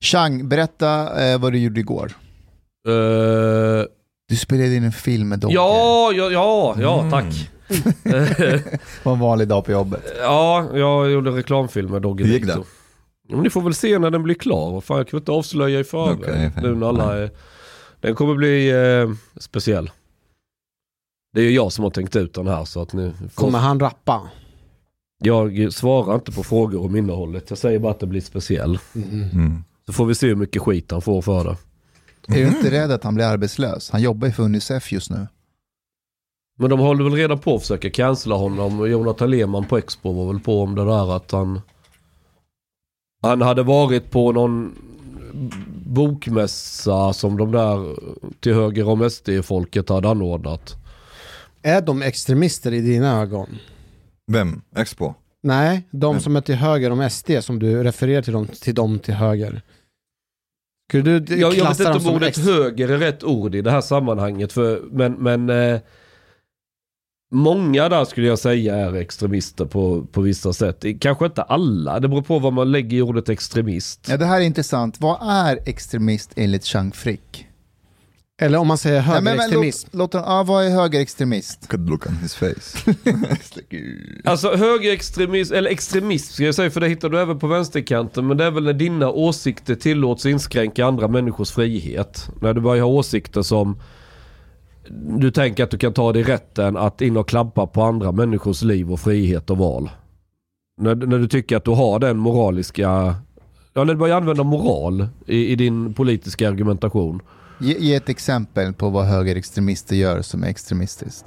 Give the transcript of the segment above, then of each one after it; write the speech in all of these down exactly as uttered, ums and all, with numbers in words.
Chang, berätta eh, vad du gjorde igår. Uh, du spelade in en film med Dogge. Ja, ja, ja, ja mm. tack. Det var en vanlig dag på jobbet. Ja, jag gjorde reklamfilm med Dogge. Hur gick det? Men ni får väl se när den blir klar. Fan, jag kan inte avslöja i förväg. Okay, nu när alla är... Den kommer bli eh, speciell. Det är ju jag som har tänkt ut den här. Så att ni får... Kommer han rappa? Jag svarar inte på frågor om innehållet. Jag säger bara att det blir speciell. Mm. Mm. Så får vi se hur mycket skit han får för det. Är du inte rädd att han blir arbetslös? Han jobbar ju för Unicef just nu. Men de håller väl redan på att försöka cancella honom. Jonathan Lehmann på Expo var väl på om det där att han... Han hade varit på någon bokmässa som de där till höger om S D-folket hade anordnat. Är de extremister i dina ögon? Vem? Expo? Nej, de Vem? som är till höger om S D som du refererar till dem till, dem till höger. Skulle du jag, jag vet inte om ordet ex- höger är rätt ord i det här sammanhanget. För, men men eh, många där skulle jag säga är extremister på, på vissa sätt. Kanske inte alla. Det beror på vad man lägger i ordet extremist. Ja, det här är intressant. Vad är extremist enligt Chang Frick? Eller om man säger högerextremism. Ja, låt, låt, ja, vad är högerextremist? Could look on his face. Alltså högerextremism, eller extremism ska jag säga, för det hittar du även på vänsterkanten. Men det är väl när dina åsikter tillåts inskränka andra människors frihet. När du börjar ha åsikter som du tänker att du kan ta dig rätten att in och klampa på andra människors liv och frihet och val. När, när du tycker att du har den moraliska... Ja, när du börjar använda moral i, i din politiska argumentation. Ge, ge ett exempel på vad högerextremister gör som är extremistiskt.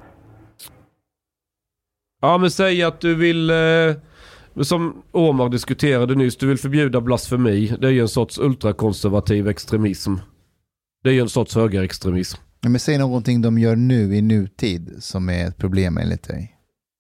Ja, men säg att du vill... Eh, som Omar diskuterade nyss, du vill förbjuda blasfemi. Det är ju en sorts ultrakonservativ extremism. Det är ju en sorts högerextremism. Ja, men säg någonting de gör nu i nutid som är ett problem enligt dig.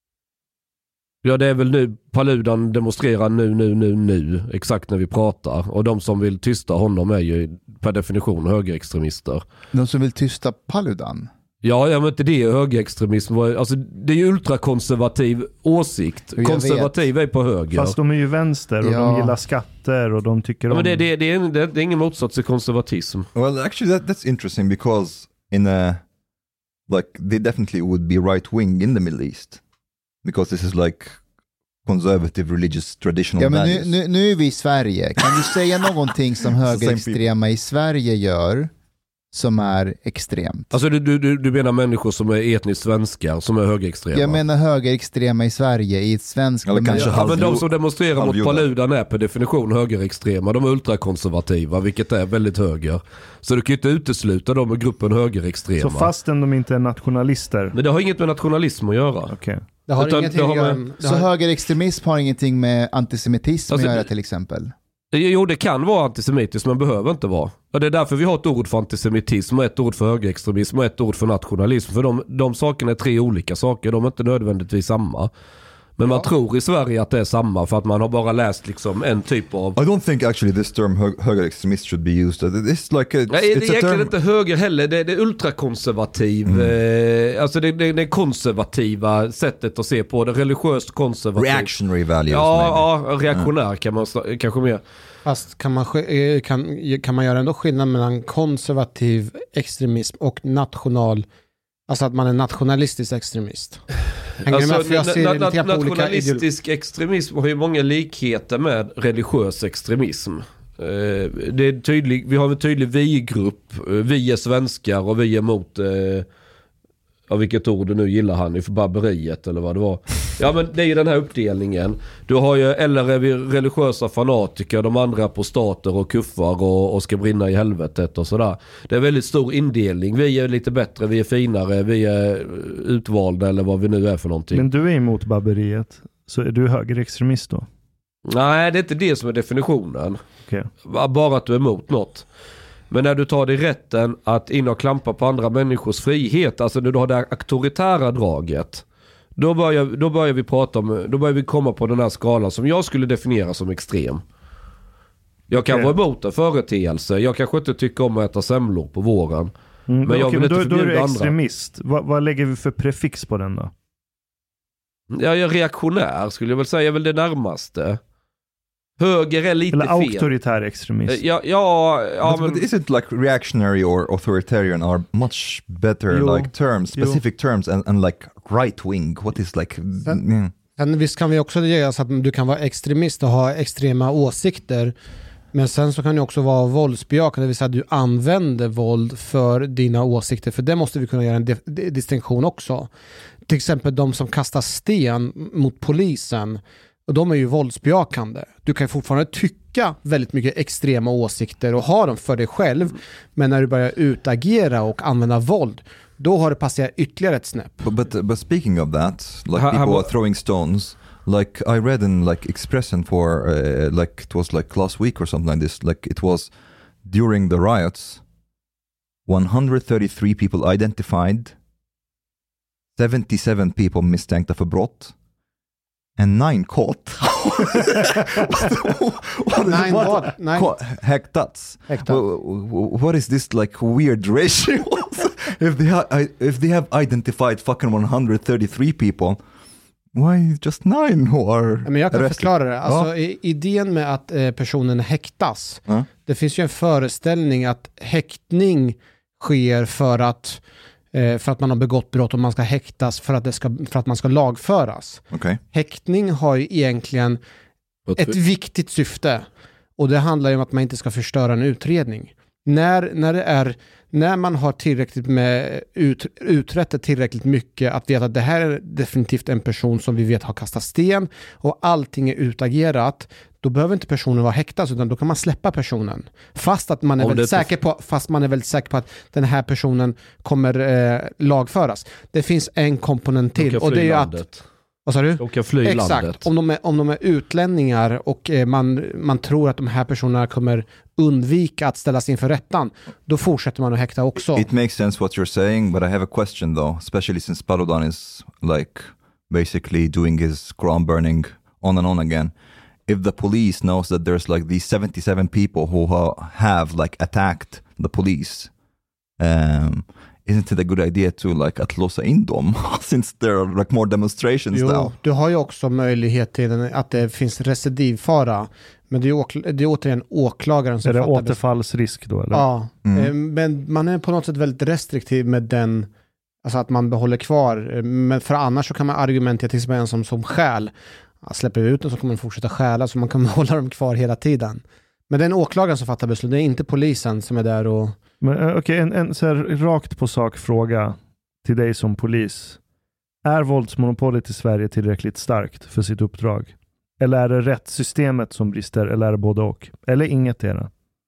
Ja, det är väl nu Paludan demonstrerar nu, nu, nu, nu. Exakt när vi pratar. Och de som vill tysta honom är ju per definition högerextremister. De som vill tysta Paludan? Ja, jag vet inte, det är högerextremism. Alltså, det är ju ultrakonservativ åsikt. Konservativ är på höger. Fast de är ju vänster och ja. de gillar skatter och de tycker ja, om... Men det, det, det, är, det, det är ingen motsats till konservatism. Well, actually that, that's interesting because in a... Like, they definitely would be right-wing in the Middle East. Because this is like conservative religious traditional ja, men values. Nu, nu, nu är vi i Sverige. Kan du säga någonting som högerextrema i Sverige gör som är extremt? Alltså du, du, du menar människor som är etniskt svenskar som är högerextrema? Jag menar högerextrema i Sverige i ett svenskt... Ja, ja, men de som demonstrerar mot Paludan är per definition högerextrema. De är ultrakonservativa, vilket är väldigt höger. Så du kan ju inte utesluta dem i gruppen högerextrema. Så fastän de inte är nationalister? Men det har inget med nationalism att göra. Okej. Okay. Det har Utan, det har med, med, så har... högerextremism har ingenting med antisemitism alltså, att göra till exempel? Jo, det kan vara antisemitism, men behöver inte vara. Och det är därför vi har ett ord för antisemitism och ett ord för högerextremism och ett ord för nationalism. För de, de sakerna är tre olika saker. De är inte nödvändigtvis samma. Men man ja. tror i Sverige att det är samma för att man har bara läst liksom en typ av... I don't think actually this term hö- högerextremist should be used. It's like a, it's, Nej, det är it's egentligen term... inte höger heller. Det är, det är ultrakonservativ. Mm. Eh, alltså det, det, det konservativa sättet att se på det. Religiöst konservativt. Reactionary values. Ja, ja reaktionär mm. kan man kanske mer. Fast kan man, kan, kan man göra ändå skillnad mellan konservativ extremism och national... Alltså att man är nationalistisk extremist. Hänger alltså, med? För jag ser na- na- na- nationalistisk ideolo- extremism har ju många likheter med religiös extremism. Eh, det är tydlig, vi har en tydlig vi-grupp. Vi är svenskar och vi är emot... Eh, ja, vilket ord du nu gillar han i för barbariet eller vad det var. Ja, men det är ju den här uppdelningen. Du har ju, eller är vi religiösa fanatiker, de andra på stater och kuffar och, och ska brinna i helvetet och sådär. Det är väldigt stor indelning. Vi är lite bättre, vi är finare, vi är utvalda eller vad vi nu är för någonting. Men du är emot barbariet, så är du högerextremist då? Nej, det är inte det som är definitionen. Okay. Bara att du är emot något. Men när du tar dig rätten att in och klampa på andra människors frihet, alltså när du har det auktoritära draget, då börjar, då börjar vi prata om, då börjar vi komma på den här skalan som jag skulle definiera som extrem. Jag kan okay. vara emot en företeelse, jag kanske inte tycker om att äta semlor på våren. Mm, men jag okay, vill men inte då, förbjuda då är du andra. Extremist. Vad, vad lägger vi för prefix på den då? Ja, jag är reaktionär skulle jag väl säga, väl det närmaste. Höger är lite Eller fel. auktoritär extremism. Ja, ja, ja but, men... but isn't like reactionary or authoritarian are much better Jo. like terms, specific terms, and, and like right wing? What is like? Sen- yeah. Men visst kan vi också göra så att du kan vara extremist och ha extrema åsikter. Men sen så kan du också vara våldsbejakande, det vill säga att du använder våld för dina åsikter. För det måste vi kunna göra en def- distinktion också. Till exempel de som kastar sten mot polisen. Och de är ju våldsbejakande. Du kan fortfarande tycka väldigt mycket extrema åsikter och ha dem för dig själv. Men när du börjar utagera och använda våld, då har det passerat ytterligare ett snäpp. But, but but speaking of that, like Ha- people ha- are throwing stones. Like I read in like Expressen for uh, like it was like last week or something like this. Like it was during the riots, one hundred thirty-three people identified, seventy-seven people misstänkta för brott, and nine caught. what, Nine what? Nine- Caught, häktats. Häktat. Wh- wh- What is this like weird ratio? if they ha- I- if they have identified fucking one hundred thirty-three people, why just nine who are Ja, men jag kan arrested? förklara det. Alltså, Ja. i- idén med att eh, personen häktas, Ja. det finns ju en föreställning att häktning sker för att, eh, för att man har begått brott och man ska häktas för att, det ska, för att man ska lagföras. Okay. Häktning har ju egentligen ett viktigt syfte och det handlar ju om att man inte ska förstöra en utredning. När, när, det är, när man har tillräckligt med ut, utrett tillräckligt mycket att veta att det här är definitivt en person som vi vet har kastat sten och allting är utagerat, då behöver inte personen vara häktad utan då kan man släppa personen. Fast att man är Om väldigt det inte- säker på, fast man är väldigt säker på att den här personen kommer eh, lagföras. Det finns en komponent De till kan och det fly är ju att, landet. vad sa du? De kan fly Exakt, landet. om de, är, om de är utlänningar och eh, man, man tror att de här personerna kommer undvika att ställas inför rättan, då fortsätter man att häkta också. It makes sense what you're saying, but I have a question though, especially since Paludan is like basically doing his Quran burning on and on again. If the police knows that there's like these seventy-seven people who ha- have like attacked the police, um, isn't it a good idea to like att låsa in dem since there are like more demonstrations Jo, now? du har ju också möjlighet till en, att det finns recidivfara, men det är, åkl- det är återigen åklagaren som Är det fattar beslut. återfallsrisk då? Eller? Ja, Mm. eh, men man är på något sätt väldigt restriktiv med den, alltså att man behåller kvar, eh, men för annars så kan man argumentera till exempel en som, som skäl. Ja, släpper vi ut dem så kommer de fortsätta stjäla, så man kan hålla dem kvar hela tiden. Men det är en åklagare som fattar beslut, det är inte polisen som är där och... Men, eh, okej, en, en så här rakt på sak fråga till dig som polis. Är våldsmonopolet i Sverige tillräckligt starkt för sitt uppdrag? Eller är det rättssystemet som brister? Eller är det både och? Eller inget är det?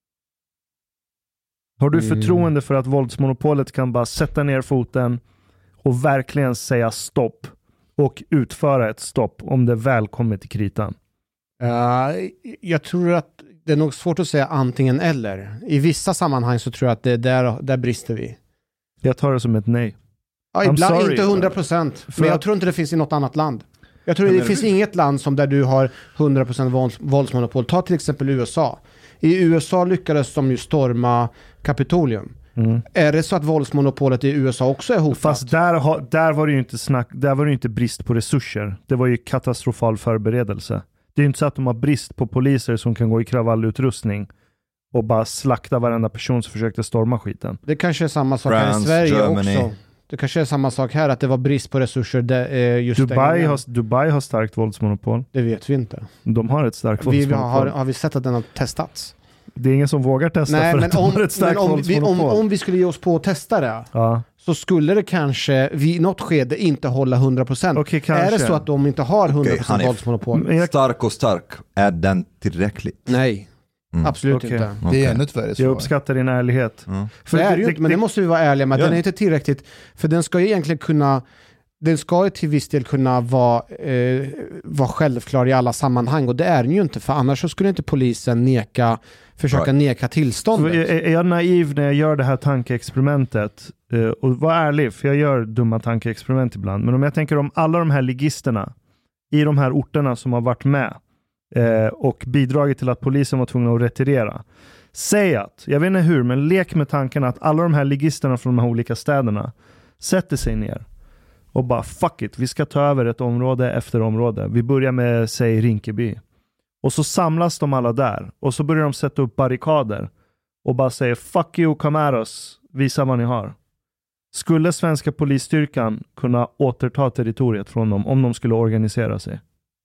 Har du Mm. förtroende för att våldsmonopolet kan bara sätta ner foten och verkligen säga stopp och utföra ett stopp om det väl kommer till kritan? Uh, jag tror att det är nog svårt att säga antingen eller. I vissa sammanhang så tror jag att det är där, där brister vi. Jag tar det som ett nej. Ja, I'm ibland sorry. inte hundra procent. För Men jag att- tror inte det finns i något annat land. Jag tror Ja, det men- finns inget land som där du har hundra procent vålds, våldsmonopol. Ta till exempel U S A. I U S A lyckades de ju storma Kapitolium. Mm. Är det så att våldsmonopolet i U S A också är hotat? Fast där, har, där var det ju inte snack, där var det ju inte brist på resurser. Det var ju katastrofal förberedelse. Det är ju inte så att de har brist på poliser som kan gå i kravallutrustning och bara slakta varenda person som försökte storma skiten. Det kanske är samma sak här i France, Sverige Germany. också. Det kanske är samma sak här, att det var brist på resurser där, eh, just den Dubai gången. har, Dubai har starkt våldsmonopol. Det vet vi inte. De har ett starkt Vi våldsmonopol. har, har vi sett att den har testats? Det är ingen som vågar testa Nej, för men att de om, har ett starkt men om, vi, om, våldsmonopol. om vi skulle ge oss på att testa det, Ja. så skulle det kanske vid något skede inte hålla hundra procent. Okej, kanske. Är det så att de inte har hundra procent Hanif. våldsmonopol? Men jag, Stark och stark, är den tillräckligt? Nej, Mm. absolut Okej. inte. Det Okej. är ännu ett värre jag svar. uppskattar din ärlighet. Mm. För det är det ju inte, men det måste vi vara ärliga med. Ja. Den är inte tillräckligt, för den ska ju egentligen kunna, den ska ju till viss del kunna vara, eh, vara självklar i alla sammanhang, och det är den ju inte, för annars så skulle inte polisen neka, försöka Right. neka Så tillståndet. är, är jag naiv när jag gör det här tankeexperimentet? Eh, och var ärlig, för jag gör dumma tankeexperiment ibland. Men om jag tänker om alla de här ligisterna i de här orterna som har varit med eh, och bidragit till att polisen var tvungna att retirera. Säg att, jag vet inte hur, men lek med tanken att alla de här ligisterna från de här olika städerna sätter sig ner och bara fuck it, vi ska ta över ett område efter område. Vi börjar med, säg, Rinkeby. Och så samlas de alla där. Och så börjar de sätta upp barrikader. Och bara säger, fuck you, come at us. Visa vad ni har. Skulle svenska polisstyrkan kunna återta territoriet från dem om de skulle organisera sig?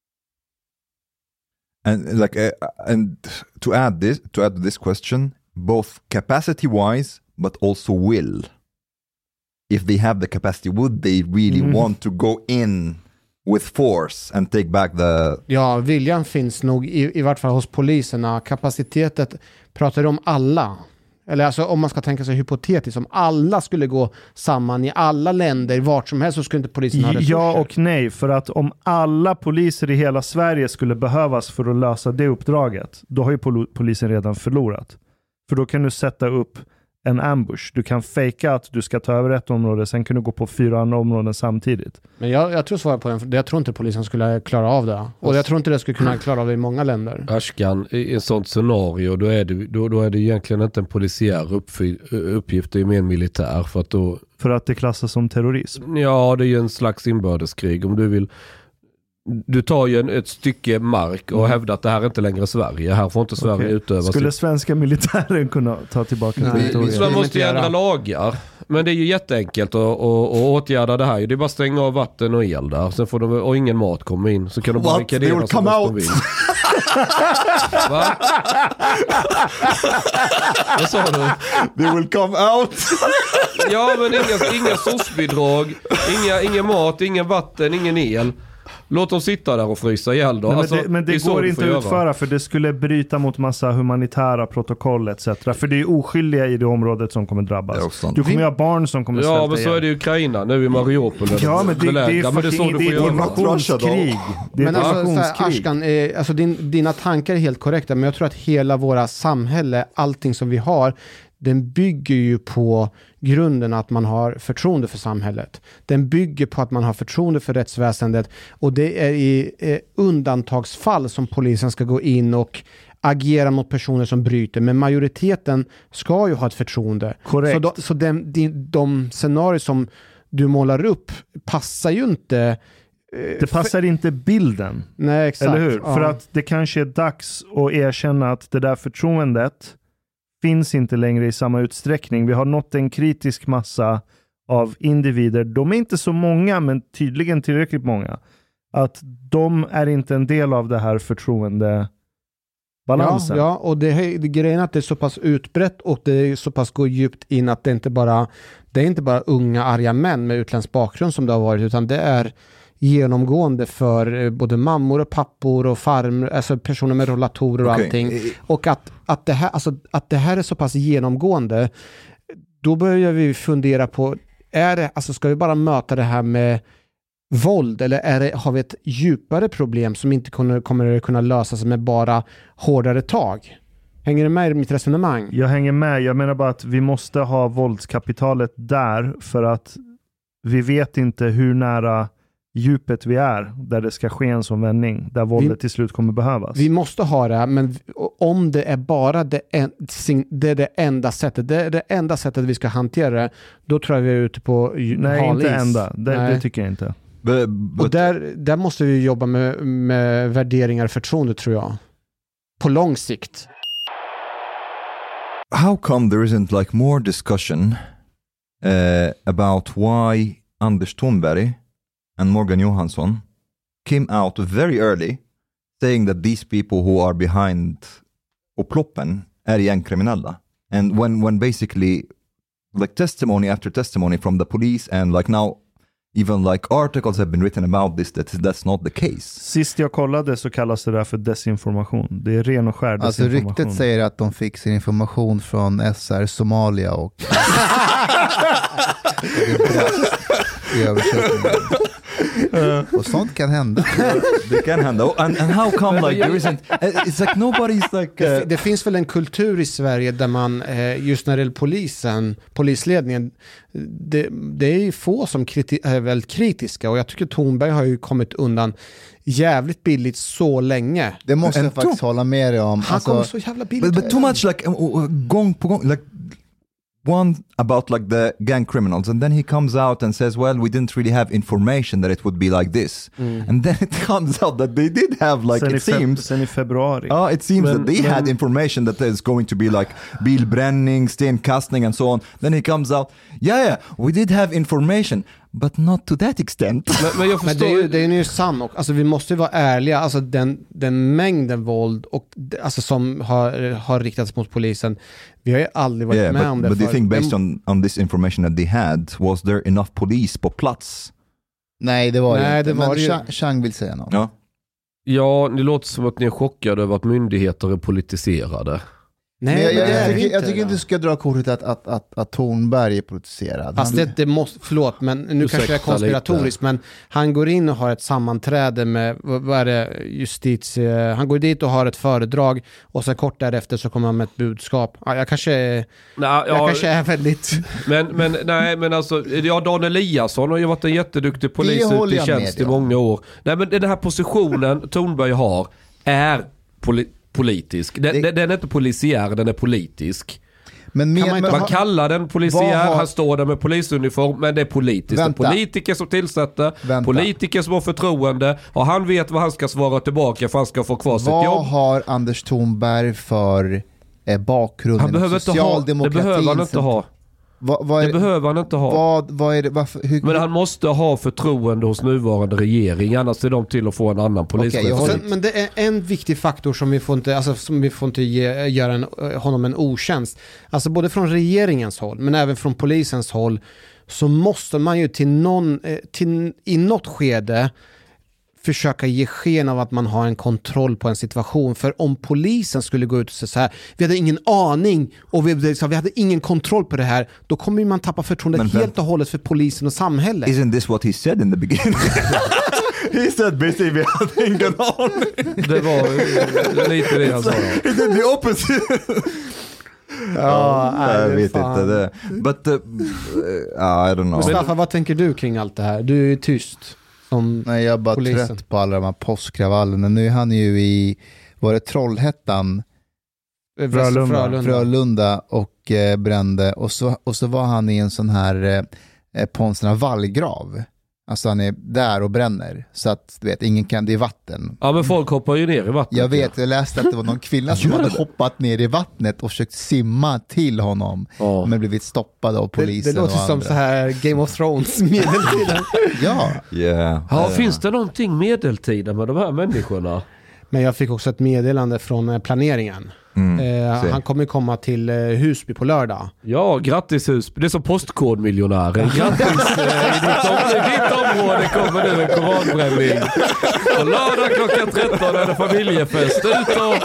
And like, uh, and to add this, to add this question, both capacity-wise, but also will. If they have the capacity, would they really mm. want to go in with force and take back the... Ja, viljan finns nog i, i vart fall hos poliserna. Kapacitetet pratar om alla. Eller alltså om man ska tänka sig hypotetiskt, om alla skulle gå samman i alla länder, vart som helst, så skulle inte polisen ha resurser. Ja och nej, för att om alla poliser i hela Sverige skulle behövas för att lösa det uppdraget, då har ju pol- polisen redan förlorat. För då kan du sätta upp en ambush. Du kan fejka att du ska ta över ett område, sen kan du gå på fyra andra områden samtidigt. Men jag, jag tror svara på den, för jag tror inte polisen skulle klara av det. Och jag tror inte det skulle kunna klara av det i många länder. Ashkan, i ett sånt scenario, då är det, då, då är det egentligen inte en polisiär uppf- uppgift, det är mer en militär. För att, då, för att det klassas som terrorism? Ja, det är ju en slags inbördeskrig. Om du vill... Du tar ju en, ett stycke mark och mm. hävdar att det här är inte längre Sverige. Här får inte Sverige okay. utöva Skulle sitt... svenska militären kunna ta tillbaka territoriet? Så man måste ju ändra lagar. Men det är ju jätteenkelt att, att, att åtgärda det här. Det är bara att stänga av vatten och el där. Sen får de, och ingen mat kommer in. Så kan de bara What? They will come out! Va? Vad sa du? They will come out! Ja, men inga, inga sossbidrag, inga, ingen mat, ingen vatten, ingen el. Låt dem sitta där och frysa ihjäl då. Nej, alltså, men det, men det, det går inte att utföra, för det skulle bryta mot massa humanitära protokoll et cetera. För det är oskyldiga i det området som kommer drabbas. Du kommer ju ha barn som kommer svälta. Ja, men så igen. Är det i Ukraina, nu i Mariupol. Ja, men det, det, det är, men det är så det, du får det är invasionskrig. Det är men alltså, Ashkan, eh, alltså din, dina tankar är helt korrekta, men jag tror att hela våra samhälle, allting som vi har, den bygger ju på grunden att man har förtroende för samhället. Den bygger på att man har förtroende för rättsväsendet, och det är i eh, undantagsfall som polisen ska gå in och agera mot personer som bryter. Men majoriteten ska ju ha ett förtroende. Korrekt. Så, då, så de, de, de scenarier som du målar upp passar ju inte. Eh, det passar för... inte bilden. Nej, exakt. Eller hur? Ja. För att det kanske är dags att erkänna att det där förtroendet finns inte längre i samma utsträckning. Vi har nått en kritisk massa av individer. De är inte så många, men tydligen tillräckligt många. Att de är inte en del av det här förtroendebalansen. Ja, ja, och det, det grejen är att det är så pass utbrett och det är så pass går djupt in att det inte bara det är inte bara unga arga män med utländsk bakgrund som det har varit, utan det är genomgående för både mammor och pappor och farmor, alltså personer med rollatorer och okay. allting. Och att, att, det här, alltså, att det här är så pass genomgående, då börjar vi fundera på, är det, alltså, ska vi bara möta det här med våld, eller är det, har vi ett djupare problem som inte kommer, kommer kunna lösas med bara hårdare tag? Hänger du med i mitt resonemang? Jag hänger med. Jag menar bara att vi måste ha våldskapitalet där, för att vi vet inte hur nära djupet vi är, där det ska ske en sån vändning, där våldet vi, till slut kommer behövas. Vi måste ha det, men om det är bara det, en, det, är det enda sättet, det är det enda sättet vi ska hantera det, då tror jag vi är ute på Nej, halis. inte enda. Det, Nej. det tycker jag inte. But, but... Och där, där måste vi jobba med, med värderingar och förtroende, tror jag. På lång sikt. How come there isn't like more discussion uh, about why Anders Thornberg and Morgan Johansson came out very early saying that these people who are behind upploppen är gängkriminella? And when, when basically like testimony after testimony from the police and like now even like articles have been written about this, that that's not the case. Sist jag kollade så kallas det där för desinformation. Det är ren och skär desinformation. Alltså ryktet säger att de fick sin information från S R Somalia och i översättningen. Uh, och sånt kan hända. Det kan hända. And, and how come like there isn't, it's like nobody's like uh... det, det finns väl en kultur i Sverige där man eh, just när det är polisen, polisledningen, det, det är få som kriti- är väldigt kritiska, och jag tycker Thornberg har ju kommit undan jävligt billigt så länge. Det måste jag faktiskt hålla med dig om. Han alltså, kommer så jävla billigt. But, but too much like uh, gång på gång like one about like the gang criminals, and then he comes out and says, well, we didn't really have information that it would be like this. Mm. And then it comes out that they did have like, sen it seems... Sen i februari. Oh, it seems men, that they men, had information that there's going to be like bilbränning, stenkastning and so on. Then he comes out, yeah, yeah, we did have information. But not to that extent. Men, men, jag men det är ju, det är ju sant och alltså vi måste ju vara ärliga, alltså den, den mängden våld och alltså som har, har riktats mot polisen, vi har ju aldrig varit yeah, med but, om det. But do you think based on, on this information that they had, was there enough police på plats? Nej, det var Nej, det inte. Det var men ju... Chang, Chang vill säga något. Ja. Ja, det låter som att ni är chockade över att myndigheter är politiserade. Nej, men jag, men jag, jag, tycker, inte, jag tycker inte du ska dra kortet att, att, att, att Thornberg är politiserad. Fast det, det måste, förlåt, men nu Ursäkta kanske det är konspiratoriskt, lite. Men han går in och har ett sammanträde med, vad är det, justitie, han går dit och har ett föredrag och sen kort därefter så kommer han med ett budskap. Ja, jag kanske, Nej, jag ja, kanske är väldigt... Men, men, nej, men alltså, ja, Dan Eliasson har ju varit en jätteduktig polis ute i tjänst i många år. Nej, men den här positionen Thornberg har är poli- politisk. Den, det... den är inte polisiär, den är politisk. Men med, man, man ha... kallar den polisiär, har... han står där med polisuniform, men det är politiskt. Vänta. Det är politiker som tillsätter, Vänta. politiker som har förtroende, och han vet vad han ska svara tillbaka för han ska få kvar vad sitt jobb. Vad har Anders Thornberg för eh, bakgrund? Han behöver inte ha, det behöver han inte ha. Va, va är, det behöver han inte ha. Vad, vad är det, varför, hur, men han måste ha förtroende hos nuvarande regering, annars är de till att få en annan polischef. Okay, sen, men det är en viktig faktor som vi får inte, alltså, som vi får inte ge, göra en, honom en otjänst. Alltså både från regeringens håll men även från polisens håll så måste man ju till någon, till, i något skede försöka ge sken av att man har en kontroll på en situation. För om polisen skulle gå ut och säga så här, vi hade ingen aning och vi, vi hade ingen kontroll på det här, då kommer man tappa förtroendet men, helt och hållet för polisen och samhället. Isn't this what he said in the beginning? He said basically vi hade ingen aning. Det var lite det han sa. He did the opposite. Ja, oh, jag vet fan. inte det. But uh, uh, I don't know. Mustafa, vad tänker du kring allt det här? Du är tyst. Som Nej, jag är bara polisen. trött på alla de här påskkravallerna. Nu är han ju i, var det Trollhättan? Frölunda. Frölunda, Frölunda och eh, brände. Och så, och så var han i en sån här, eh, på en sån här vallgrav. Alltså han är där och bränner. Så att du vet, ingen kan, det är vatten. Ja, men folk hoppar ju ner i vattnet. Jag vet, jag läste att det var någon kvinna som hade hoppat ner i vattnet och försökt simma till honom. Oh. Men blivit stoppad av polisen. Det, det låter och som så här Game of Thrones medeltiden. Ja. Yeah. Ja, finns det någonting medeltiden med de här människorna? Men jag fick också ett meddelande från planeringen. Mm, eh, han kommer komma till eh, Husby på lördag. Ja, grattis Husby. Det är som postkodmiljonären. Grattis, eh, i, ditt om, i ditt område kommer nu en koranbränning. På lördag klockan tretton är det familjefest. Ut och...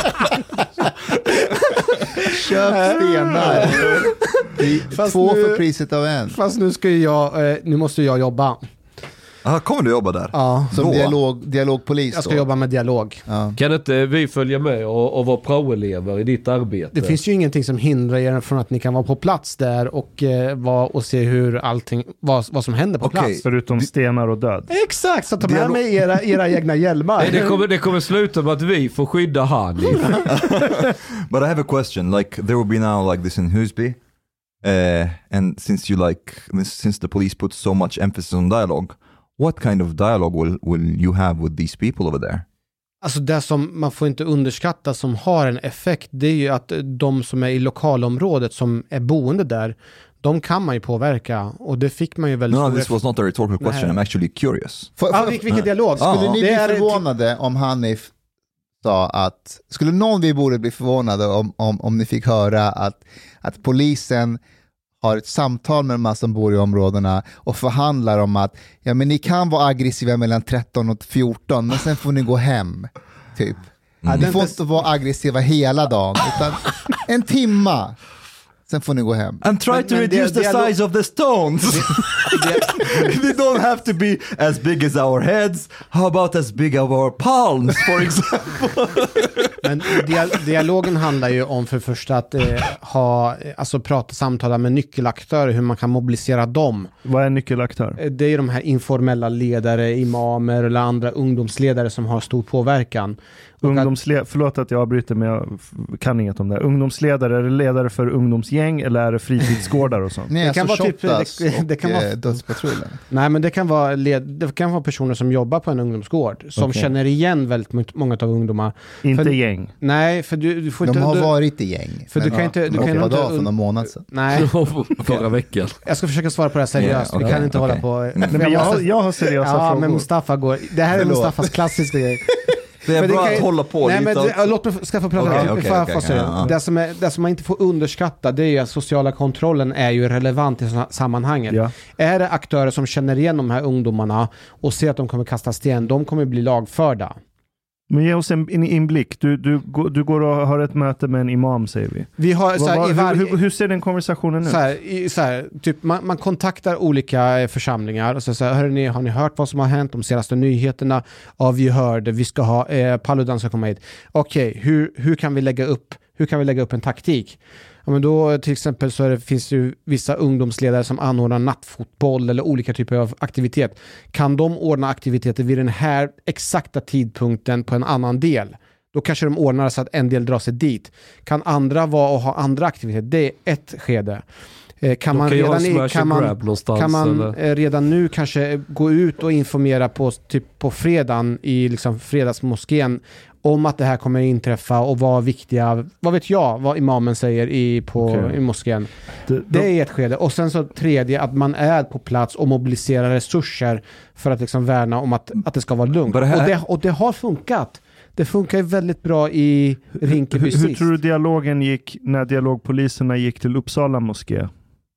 Köp stenar. Två nu, för priset av en. Fast nu ska jag, eh, nu måste jag jobba. Aha, kommer du jobba där? Ja. Som dialog, dialogpolis Jag ska då. jobba med dialog. Ja. Kan inte vi följa med och, och vara praoelever i ditt arbete? Det finns ju ingenting som hindrar er från att ni kan vara på plats där och, eh, vara och se hur allting, vad, vad som händer på okay. plats. Förutom stenar och död. Exakt, så ta med mig era, era egna hjälmar. Nej, det, kommer, det kommer sluta med att vi får skydda Hanif. But I have a question. Like there will be now like this in Husby. Uh, and since you like, since the police put so much emphasis on dialogue, what kind of dialogue will, will you have with these people over there? Alltså det som man får inte underskatta som har en effekt, det är ju att de som är i lokalområdet som är boende där, de kan man ju påverka och det fick man ju väldigt... No, this was not a rhetorical question. Nej. I'm actually curious. För, för, ah, vilken uh, dialog? Skulle uh, ni bli är förvånade ett... om Hanif sa att, skulle någon vi borde bli förvånade om, om, om ni fick höra att, att polisen har ett samtal med de som bor i områdena och förhandlar om att ja, men ni kan vara aggressiva mellan tretton och fjorton men sen får ni gå hem typ. Mm. Ni får inte vara aggressiva hela dagen utan en timma. Sen får ni gå hem. And try men, to men reduce the dialog- size of the stones. They don't have to be as big as our heads. How about as big as our palms, for example? Men dia- dialogen handlar ju om för första att eh, ha, alltså prata samtala med nyckelaktörer, hur man kan mobilisera dem. Vad är nyckelaktör? Det är ju de här informella ledare, imamer eller andra ungdomsledare som har stor påverkan. Ungdomsle- Förlåt att jag avbryter, men jag kan inget om det. Ungdomsledare, är det ledare för ungdomsgäng eller är det fritidsgårdar och sånt? Nej, Det kan alltså vara typ- Shottaz det- det kan och vara- eh, Dödspatrullen. Nej, men det kan vara led, det kan vara personer som jobbar på en ungdomsgård som Okej. känner igen väldigt my- många av ungdomar. Inte För- gäng. Nej, för du, du får De inte... har du, varit i gäng. för men du kan ja, inte- du de kan hoppade inte- av för någon månad sedan. Nej, Förra veckan. jag ska försöka svara på det här seriöst. Ja, Vi okej, kan inte okej. hålla på... Nej, men jag, har- jag har seriösa Ja, frågor. men Mustafa går... Det här är Förlåt. Mustafas klassiska grej. Det är För det bra kan att ju- hålla på Nej, lite men det, också. låt mig ska få prata. Okej, Okay, okej, okay, okej, okay, ja, ja. det, som är, det som man inte får underskatta, det är ju att sociala kontrollen är ju relevant i såna sammanhanget. Ja. Är det aktörer som känner igen de här ungdomarna och ser att de kommer kasta sten, de kommer bli lagförda. Men ge oss en, en inblick. Du, du, går- du går och har ett möte med en imam, säger vi. Vi har så här, Vad- i vad- varje, hur, hur, hur ser den konversationen ut? så här, i, så här, typ, man, man kontaktar olika eh, församlingar och så säger, hörrni, har ni hört vad som har hänt, de senaste nyheterna? Ja, vi hörde, vi ska ha, eh, Paludan ska komma hit. Okej, hur, hur kan vi lägga upp, hur kan vi lägga upp en taktik? Ja, men då till exempel så är det, finns det ju vissa ungdomsledare som anordnar nattfotboll eller olika typer av aktivitet. Kan de ordna aktiviteter vid den här exakta tidpunkten på en annan del? Då kanske de ordnar så att en del drar sig dit. Kan andra vara och ha andra aktiviteter? Det är ett skede. Eh, Kan De man, kan ju ha redan, smash i, kan and man, grab någonstans, kan man eller? eh, redan nu kanske gå ut och informera på, typ på fredagen i liksom fredagsmoskén om att det här kommer inträffa och vad viktiga, vad vet jag, vad imamen säger i, på, Okej. i moskén. Det, Det är ett skede. Och sen så tredje, att man är på plats och mobiliserar resurser för att liksom värna om att, att det ska vara lugnt. Men det här- Och, det, och det har funkat. Det funkar ju väldigt bra i Rinkeby hur, hur sist. tror du dialogen gick när dialogpoliserna gick till Uppsala moské?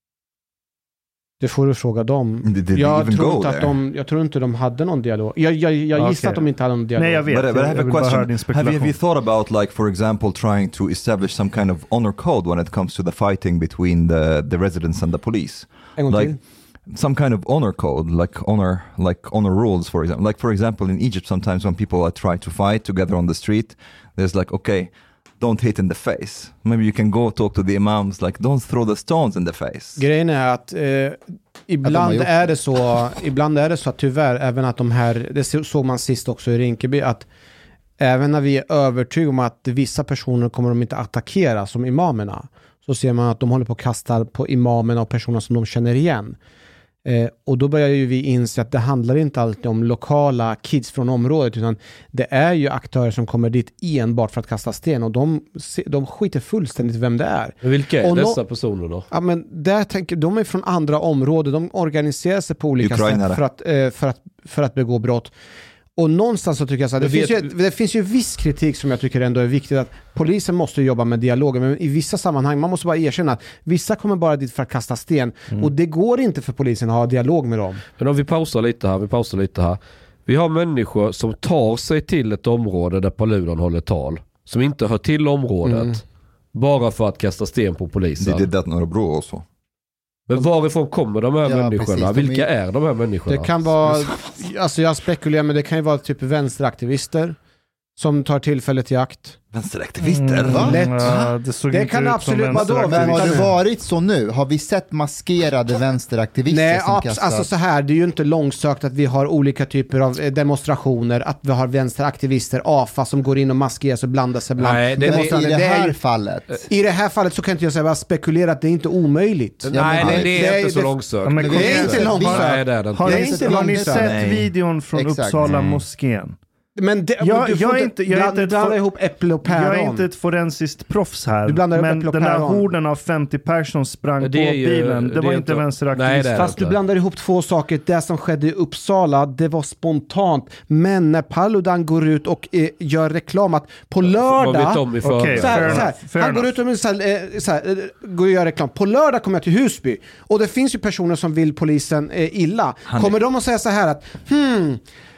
Det får du fråga dem. Did they Jag even tror, go inte att there? de, jag tror inte de hade någon dialog. Jag, jag, jag gissar Okej. att de inte hade någon dialog. Nej, jag vet. But, but I jag, have jag a vill bara höra question. din Have you, have spekulation. you thought about, like, for example, trying to establish some kind of honor code when it comes to the fighting between the, the residents and the police? En gång Like till. some kind of honor code, like honor, like honor rules, for example. Like, for example, in Egypt, sometimes when people uh, try to fight together on the street, there's like, okay, don't hit in the face. Maybe you can go talk to the imams, like, don't throw the stones in the face. Grejen är att eh, ibland gjort är det så, ibland är det så att tyvärr, även att de här, det såg man sist också i Rinkeby, att även när vi är övertygade om att vissa personer kommer de inte attackera som imamerna, så ser man att de håller på att kasta på imamerna och personer som de känner igen. Eh, och då börjar ju vi inse att det handlar inte alltid om lokala kids från området, utan det är ju aktörer som kommer dit enbart för att kasta sten, och de, de skiter fullständigt vem det är. Men vilka är Och dessa nå- personer då? Ja, men där tänker, de är från andra områden, de organiserar sig på olika Ukrainare. sätt för att, eh, för, att, för att begå brott. Och någonstans så tycker jag så här, det, Men finns vet- ju, det finns ju viss kritik som jag tycker ändå är viktigt, att polisen måste jobba med dialogen, men i vissa sammanhang, man måste bara erkänna att vissa kommer bara dit för att kasta sten, och det går inte för polisen att ha dialog med dem. Men om vi pausar lite här, vi pausar lite här. Vi har människor som tar sig till ett område där Paludan håller tal, som inte hör till området, Mm. bara för att kasta sten på They polisen. did that in Örebro also. Men varifrån kommer de här Ja, människorna? precis. De Vilka är- är de här människorna? Det kan vara, alltså jag spekulerar, men det kan ju vara typ vänsteraktivister som tar tillfället i akt. Vänsteraktivister? Va? Lätt. Ja, det såg Det inte kan ut absolut- som vadå? vänsteraktivister. Men har det Vänta nu. varit så nu? Har vi sett maskerade vänsteraktivister Nej, som abs- kastar? alltså så här, det är ju inte långsökt att vi har olika typer av eh, demonstrationer, att vi har vänsteraktivister, A F A, som går in och maskerar sig och blandar sig bland Nej, det- Men i demonstranter. det Det är här ju- fallet? I det här fallet så kan inte jag säga, bara spekulera att det är inte omöjligt. Ja, Nej, men det, det är det- inte så det- långsökt. Ja, men Men kom det är igen. inte vi- långsökt. Nej, det är det inte. Har Det är ni, inte har ni långsökt. sett Nej. videon från Exakt. Uppsala Nej. moskén? Men det, Jag- du får jag är inte- jag är bland- inte ett blanda för- ihop äpple och päron. Jag är inte ett forensiskt proffs här, Du blandar ihop men äpple och den där päron. horden av femtio personer sprang Det är på ju- bilen. Det, det var är inte inte- vänsteraktivister. Nej, det är Fast du inte. blandar ihop två saker. Det som skedde i Uppsala, det var spontant. Men när Paludan går ut och eh, gör reklam att på Vad lördag... vet de i Okej, förväg? Så här, Fair så här, enough, fair han går enough. ut och så här, eh, så här, eh, går och gör reklam. På lördag kommer jag till Husby. Och det finns ju personer som vill polisen eh, illa. Han- Kommer de att säga så här att hmm,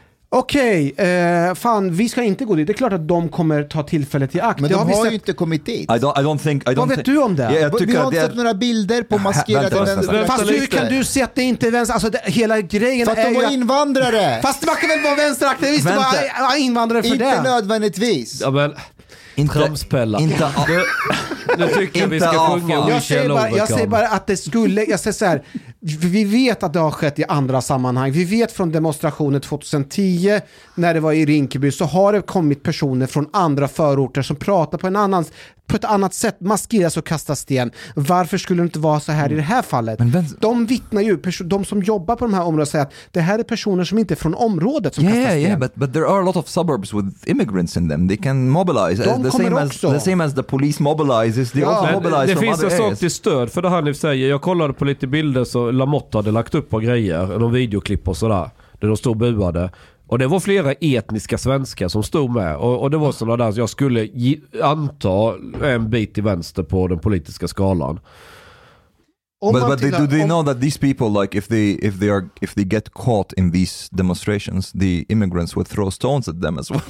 okej, eh, fan vi ska inte gå dit. Det är klart att de kommer ta tillfället i akt. Men det de har vi har sett. ju inte kommit dit. I don't, I don't think... I don't Vad vet think, du om det? Ja, jag vi tycker har att inte det sett är... några bilder på maskerade Vänta, vänta, vänsteraktivister. Fast hur kan du se att det inte är vänster? Alltså det, hela grejen För att är de ju var att- invandrare! Fast man kan väl vara vänsteraktivist och Vänta. vara vara invandrare för Inte det? nödvändigtvis. Ja, men, Inte, Tramspella. inte, Nu, nu tycker jag vi ska Inte sjunga avfall. Jag säger, Michelle bara, jag säger Overcome. bara att det skulle, jag säger så här, vi vet att det har skett i andra sammanhang. Vi vet från demonstrationen tjugohundratio när det var i Rinkeby så har det kommit personer från andra förorter som pratar på en annan på ett annat sätt, maskeras och kastar sten. Varför skulle det inte vara så här i det här fallet? Men vem- De vittnar ju, perso- de som jobbar på de här områdena säger att det här är personer som inte är från området som kastar Yeah, sten. yeah, but but there are a lot of suburbs with immigrants in them. They can mobilize. De As, the kommer same as också. the same as the police mobilizes. They Ja, also men mobilize Det from finns other en sak areas. till stöd för det här ni säger. Jag kollade på lite bilder så Lamotte hade lagt upp på grejer, någon videoklipp och sådär, där de stod buade. Och det var flera etniska svenskar som stod med. Och, och det var sådana där, jag skulle ge, anta en bit till vänster på den politiska skalan. Om But man but they, tittar- do they om- know that these people, like if they if they are if they get caught in these demonstrations, the immigrants will throw stones at them as well.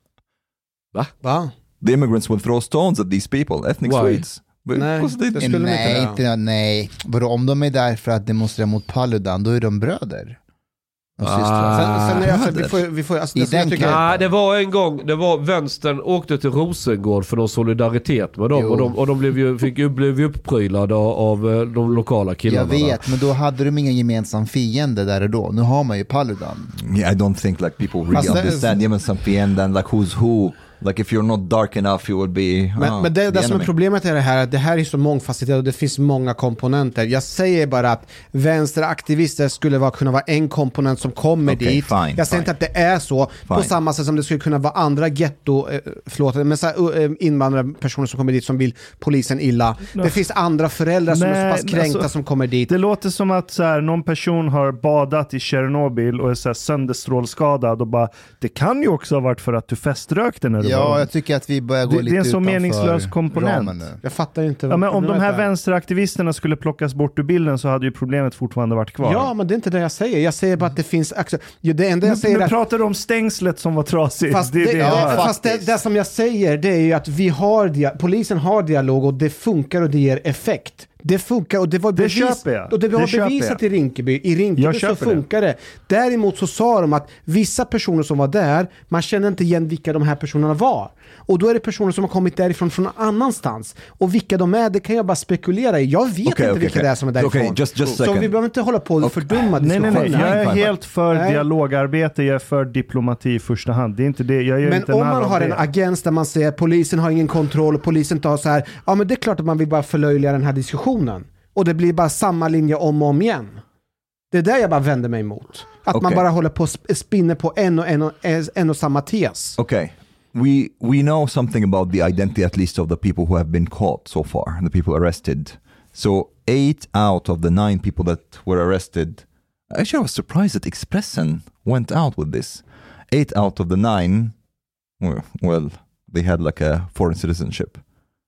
Va? The immigrants will throw stones at these people, ethnic Why? Swedes. But Nej, because they, det skulle de nej, inte inte, nej. Vadå, om de är där för att demonstrera mot Paludan, då är de bröder. Och Ah. systrar. Sen, sen är alltså, vi bröder. får, vi får, alltså, I det som jag den tycker, kampen. Nej, det var en gång, det var vänstern åkte till Rosengård för någon solidaritet med dem. Jo. Och de, och de blev ju, fick ju, blev ju uppprylade av, av eh, de lokala killarna. Jag vet, men då hade de ingen gemensam fiende där och då. Nu har man ju Paludan. yeah, I don't think like people really Fast det- understand gemensamt fienden, like who's who. Like if you're not dark enough, you will be. Men, ah, men det, the det som är enemy. problemet är det här att det här är så mångfacetterat och det finns många komponenter. Jag säger bara att vänsteraktivister skulle vara, kunna vara en komponent som kommer Okej, dit. fine, jag säger fine. inte att det är så på Fine. samma sätt som det skulle kunna vara andra getto, eh, förlåt, men så här, eh, invandrarpersoner som kommer dit som vill polisen illa. Det finns andra föräldrar som är Nej, så pass kränkta alltså, som kommer dit. Det låter som att så här, någon person har badat i Tjernobyl och är så här sönderstrålskadad och bara, det kan ju också ha varit för att du feströkte när du Ja, var. jag tycker att vi börjar gå Det- det är lite en så utanför meningslös komponent. ramen nu. Jag fattar inte. Ja, vad men om de problemet här är. vänsteraktivisterna skulle plockas bort ur bilden så hade ju problemet fortfarande varit kvar. Ja, men det är inte det jag säger. Jag säger bara att det finns... Också, det enda jag men, säger är men att... pratar du om stängslet som var trasigt? Fast, det, det, är det, det, jag hör. fast det, det som jag säger det är ju att vi har dia- polisen har dialog och det funkar och det ger effekt. Det funkar och det var Det bevis, köper jag. och det var Det köper bevisat jag. i Rinkeby. I Jag Rinkeby så köper det. funkar det. Däremot så sa de att vissa personer som var där, man känner inte igen vilka de här personerna var. Och då är det personer som har kommit därifrån från någon annanstans. Och vilka de är, det kan jag bara spekulera i. Jag vet Okej, inte okej, vilka okej. det är som är därifrån. Okej, just- just så second. vi behöver inte hålla på och fördumma Nej, nej, diskussionen. nej. Jag är Fine, fine. helt för Nej. dialogarbete. Jag är för diplomati i första hand. Det är inte det. Jag gör Men inte om narr man av har det. en agens där man säger att polisen har ingen kontroll och polisen tar så här, ja men det är klart att man vill bara förlöjliga den här diskussionen. Och det blir bara samma linje om och om igen. Det är där jag bara vänder mig emot. Att man Okej. bara håller på och sp- spinner på en och, en och, en och samma tes. Okay. We we know something about the identity, at least, of the people who have been caught so far, the people arrested. So eight out of the nine people that were arrested. Actually, I was surprised that Expressen went out with this. Eight out of the nine, well, well they had like a foreign citizenship.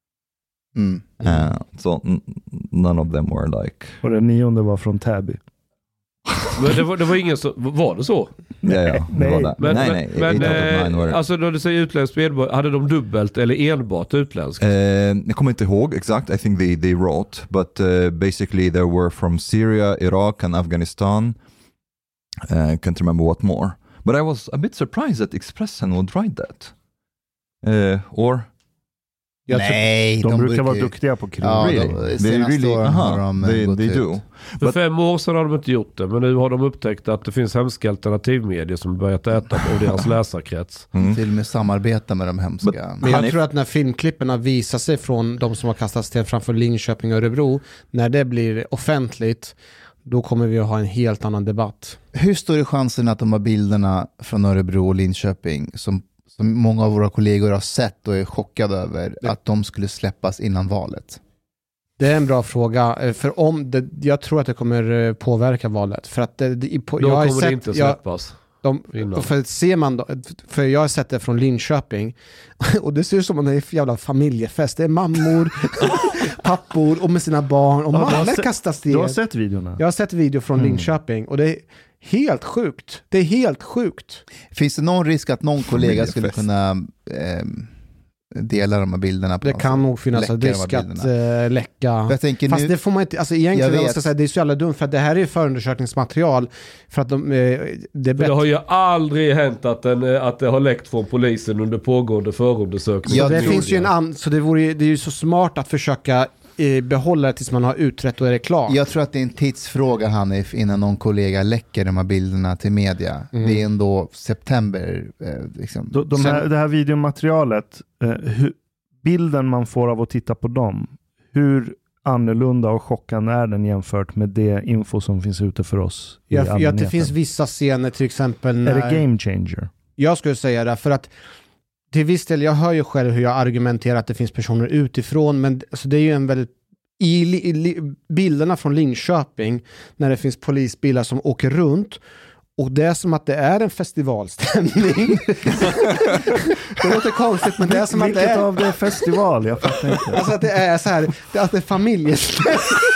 Mm. Uh, so n- none of them were like. Och den nionde var från Täby. Men det var, det var ingen som... Var det så? Yeah, yeah. Nej. det var det. Men, nej, men, nej. men eight out of nine eh, were. alltså när du säger utländskt medborgare, hade de dubbelt eller enbart utländskt? Uh, jag kommer inte ihåg exakt. I think they, they wrote. But uh, basically they were from Syria, Iraq and Afghanistan. I uh, can't remember what more. But I was a bit surprised that Expressen would write that. Uh, or... Jag tror- Nej, De, brukar vara ju- duktiga på krig. Ja, really? de, They senaste really- åren aha, har de eh, they, gått they ut. do. För But- fem år sedan har de inte gjort det, men nu har de upptäckt att det finns hemska alternativmedier som börjat äta av deras läsarkrets. Mm. Till och med samarbeta med de hemska. Men jag Hanif- tror att när filmklipperna visar sig från de som har kastat sten framför Linköping och Örebro, när det blir offentligt, då kommer vi att ha en helt annan debatt. Hur stor är chansen att de här bilderna från Örebro och Linköping som, som många av våra kollegor har sett och är chockade över, att de skulle släppas innan valet? Det är en bra fråga, eh, för om det, jag tror att det kommer eh, påverka valet. För att det, det, på, Då jag har kommer sett, det inte jag, släppas. de, innan. för ser man då, för jag har sett det från Linköping och det ser ut som att det är en jävla familjefest. Det är mammor, pappor och med sina barn och Ja, du har mamma sett- kastar sten. Du har sett videorna? Jag har sett video från Mm. Linköping och det är helt sjukt. Det är helt sjukt. Finns det någon risk att någon kollega skulle Familjefest. kunna ehm, delar de här bilderna. På Det kan nog finnas en risk att uh, läcka. Jag tänker Fast nu, det får man inte, alltså egentligen jag jag ska säga, det är så jävla dumt för att det här är förundersökningsmaterial för att de, uh, det är det har ju aldrig hänt att, den, att det har läckt från polisen under pågående förundersökning. Ja, det det finns ju en an, så det, vore, det är ju så smart att försöka uh, behålla det tills man har utrett och är det klart. Jag tror att det är en tidsfråga, Hanif, innan någon kollega läcker de här bilderna till media. Mm. Det är ändå september. Eh, liksom. de, de här, det här videomaterialet, eh, hur, bilden man får av att titta på dem, hur annorlunda och chockande är den jämfört med det info som finns ute för oss i ja, ja, det finns vissa scener till exempel när, är det game changer? Jag skulle säga det, för att till viss del, jag hör ju själv hur jag argumenterar att det finns personer utifrån, men alltså, det är ju en väldigt i, i, i bilderna från Linköping när det finns polisbilar som åker runt. Och det är som att det är en festivalstämning. Det låter konstigt, men det är som att det är... Vilket av det är festival? Jag fattar inte. Alltså att det är så här, det är, att det är familjestämning.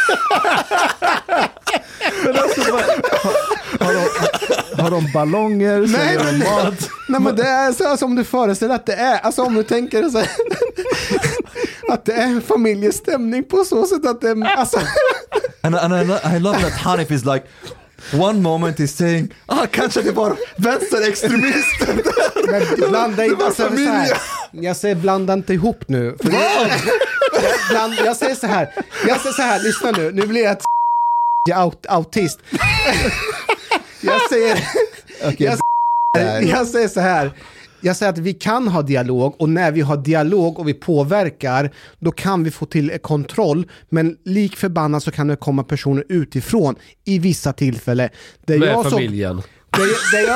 Men alltså, har, de, har de ballonger? Nej, men, de mat? nej, men det är så alltså, om du föreställer att det är, alltså om du tänker så här, att det är en familjestämning på så sätt att det är, alltså... And, and I, I love that Hanif is like, one moment is saying, ah, kanske det var vänsterextremister. Men blanda inte, alltså, så här, jag säger blanda inte ihop nu. För jag, bland, jag säger så här, jag säger så här, lyssna nu, nu blir jag ett aut, autist. Jag säger, okay. jag, säger jag säger så här, jag säger att vi kan ha dialog, och när vi har dialog och vi påverkar, då kan vi få till kontroll, men lik förbannat så kan det komma personer utifrån i vissa tillfällen. Med jag familjen. Så, det, det jag...